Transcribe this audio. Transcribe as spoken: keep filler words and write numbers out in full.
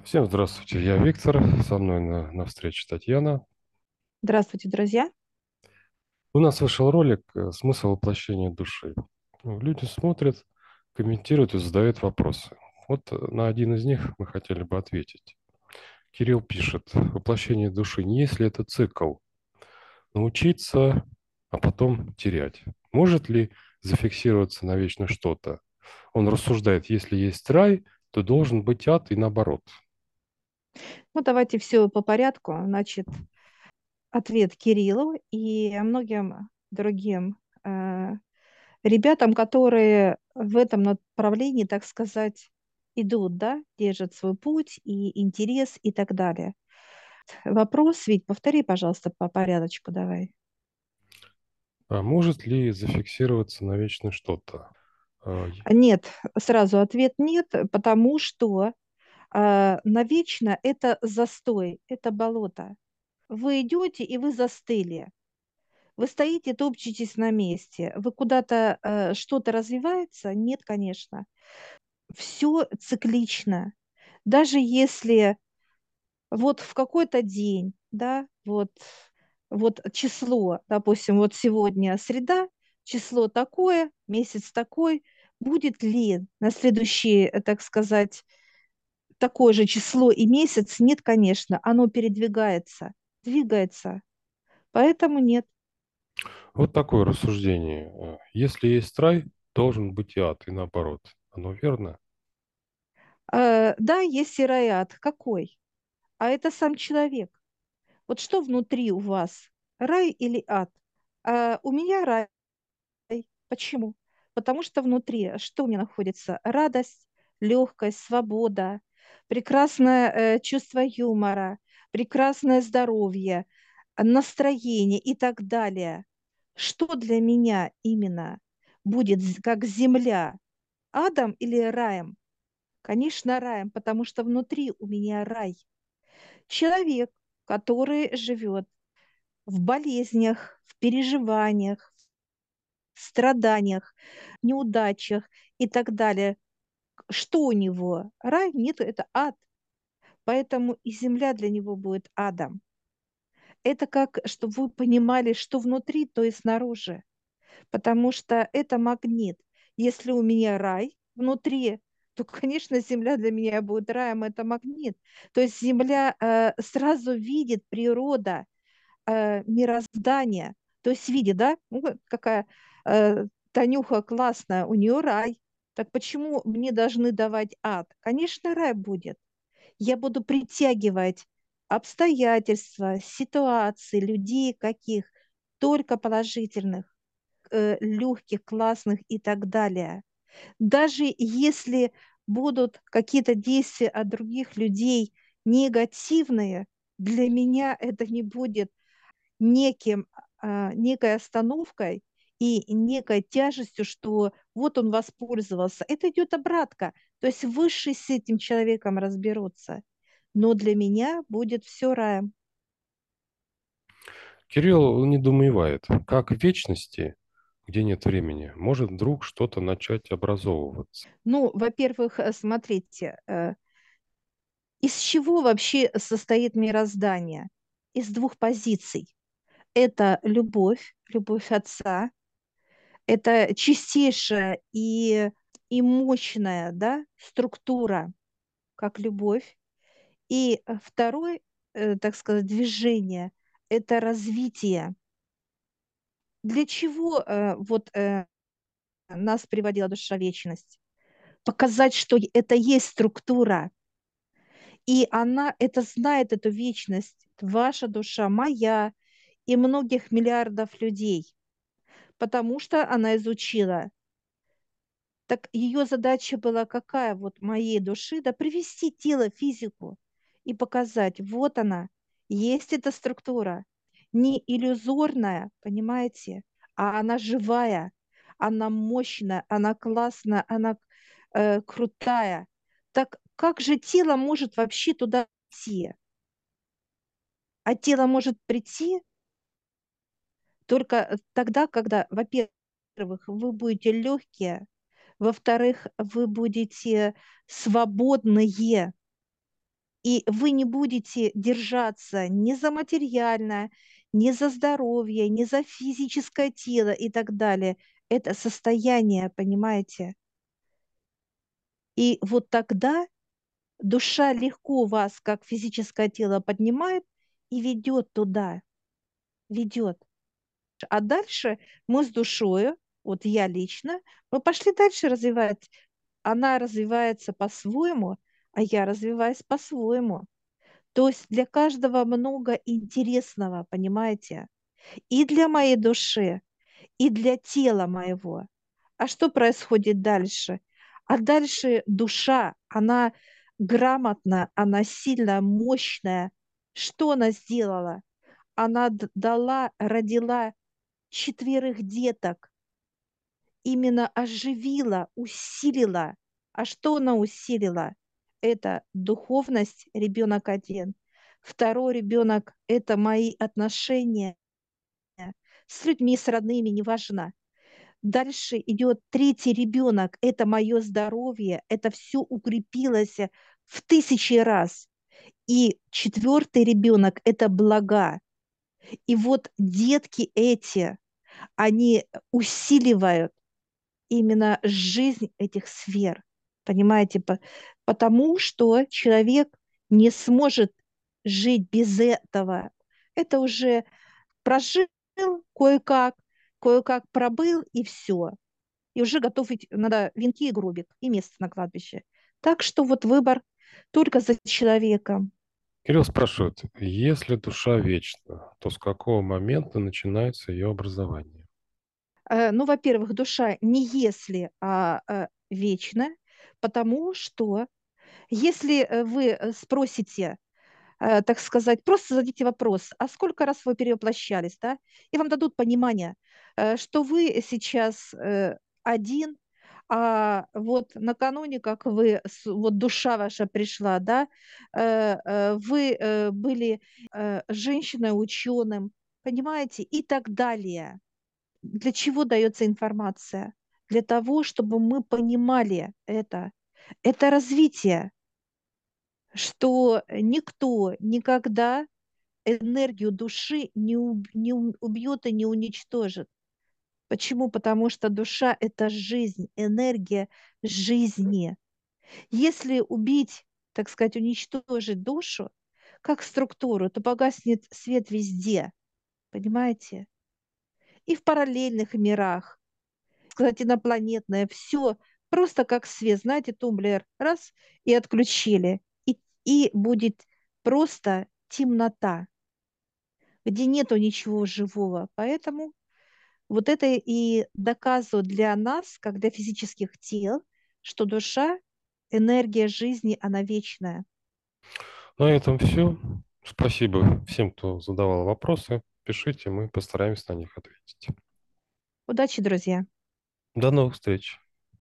Всем здравствуйте, я Виктор, со мной на, на встрече Татьяна. Здравствуйте, друзья. У нас вышел ролик э, «Смысл воплощения души». Ну, Люди смотрят, комментируют и задают вопросы. Вот э, на один из них мы хотели бы ответить. Кирилл пишет: воплощение души не есть ли это цикл? Научиться, а потом терять. Может ли зафиксироваться навечно что-то? Он рассуждает: если есть рай, то должен быть ад и наоборот. Ну, давайте все по порядку. Значит, ответ Кириллу и многим другим э, ребятам, которые в этом направлении, так сказать, идут, да, держат свой путь и интерес и так далее. Вопрос, Вить, повтори, пожалуйста, по порядочку давай. А может ли зафиксироваться навечно что-то? А, Нет, сразу ответ нет, потому что э, навечно это застой, это болото. Вы идете и вы застыли. Вы стоите, топчетесь на месте. Вы куда-то, э, что-то развивается? Нет, конечно. Все циклично. Даже если вот в какой-то день, да, вот, вот число, допустим, вот сегодня среда, число такое, месяц такой, будет ли на следующий, э, так сказать, такое же число и месяц? Нет, конечно, оно передвигается, двигается, поэтому нет. Вот такое рассуждение. Э, Если есть рай, должен быть и ад, и наоборот. Оно верно? Э, да, есть сирояд. Какой? А это сам человек. Вот что внутри у вас? Рай или ад? А у меня рай. Почему? Потому что внутри что у меня находится? Радость, легкость, свобода, прекрасное э, чувство юмора, прекрасное здоровье, настроение и так далее. Что для меня именно будет з- как земля, адом или раем? Конечно, раем, потому что внутри у меня рай. Человек, который живет в болезнях, в переживаниях, в страданиях, неудачах и так далее. Что у него? Рай? Нет, это ад. Поэтому и земля для него будет адом. Это как, чтобы вы понимали, что внутри, то и снаружи. Потому что это магнит. Если у меня рай внутри, то, конечно, земля для меня будет раем, это магнит. То есть земля э, сразу видит природа, э, мироздание, то есть видит, да, ну, вот какая э, Танюха классная, у нее рай. Так почему мне должны давать ад? Конечно, рай будет. Я буду притягивать обстоятельства, ситуации, людей каких, только положительных, э, легких, классных и так далее. Даже если будут какие-то действия от других людей негативные, для меня это не будет неким, а, некой остановкой и некой тяжестью, что вот он воспользовался. Это идет обратка. То есть высшие с этим человеком разберутся. Но для меня будет все раем. Кирилл недоумевает, как в вечности, где нет времени, может вдруг что-то начать образовываться. Ну, во-первых, э, смотрите, э, из чего вообще состоит мироздание? Из двух позиций. Это любовь, любовь Отца, это чистейшая и, и мощная, да, структура, как любовь. И э, второй, э, так сказать, движение– это развитие. Для чего э, вот э, нас приводила душа вечность? Показать, что это есть структура, и она это знает, эту вечность, ваша душа, моя и многих миллиардов людей, потому что она изучила. Так ее задача была какая вот моей души? Да привести тело, физику и показать, вот она, есть эта структура, не иллюзорная, понимаете, а она живая, она мощная, она классная, она э, крутая. Так как же тело может вообще туда идти? А тело может прийти только э, тогда, когда, во-первых, вы будете легкие, во-вторых, вы будете свободные. И вы не будете держаться ни за материальное, ни за здоровье, ни за физическое тело и так далее. Это состояние, понимаете? И вот тогда душа легко вас, как физическое тело, поднимает и ведет туда, ведет. А дальше мы с душою, вот я лично, мы пошли дальше развивать. Она развивается по-своему, а я развиваюсь по-своему. То есть для каждого много интересного, понимаете? И для моей души, и для тела моего. А что происходит дальше? А дальше душа, она грамотна, она сильная, мощная. Что она сделала? Она д- дала, родила четверых деток, именно оживила, усилила. А что она усилила? Это духовность, ребенок один. Второй ребенок – это мои отношения с людьми, с родными, неважно. Дальше идет третий ребенок, это мое здоровье, это все укрепилось в тысячи раз. И четвертый ребенок – это блага. И вот детки эти, они усиливают именно жизнь этих сфер. Понимаете? По- Потому что человек не сможет жить без этого. Это уже прожил кое-как, кое-как пробыл, и все. И уже готов идти, надо венки и гробик, и место на кладбище. Так что вот выбор только за человеком. Кирилл спрашивает, если душа вечна, то с какого момента начинается ее образование? Э, Ну, во-первых, душа не если, а э, вечна, потому что если э, вы э, спросите, э, так сказать, просто зададите вопрос, а сколько раз вы перевоплощались, да, и вам дадут понимание, э, что вы сейчас э, один, а вот накануне, как вы, с- вот душа ваша пришла, да, э, э, вы э, были э, женщиной-ученым, понимаете, и так далее. Для чего дается информация? Для того, чтобы мы понимали это. Это развитие, что никто никогда энергию души не, уб- не у- убьет и не уничтожит. Почему? Потому что душа – это жизнь, энергия жизни. Если убить, так сказать, уничтожить душу, как структуру, то погаснет свет везде, понимаете? И в параллельных мирах, сказать, инопланетное, все просто как свет. Знаете, тумблер раз и отключили. И, и будет просто темнота, где нету ничего живого. Поэтому вот это и доказывает для нас, как для физических тел, что душа, энергия жизни, она вечная. На этом все. Спасибо всем, кто задавал вопросы. Пишите, мы постараемся на них ответить. Удачи, друзья! До новых встреч!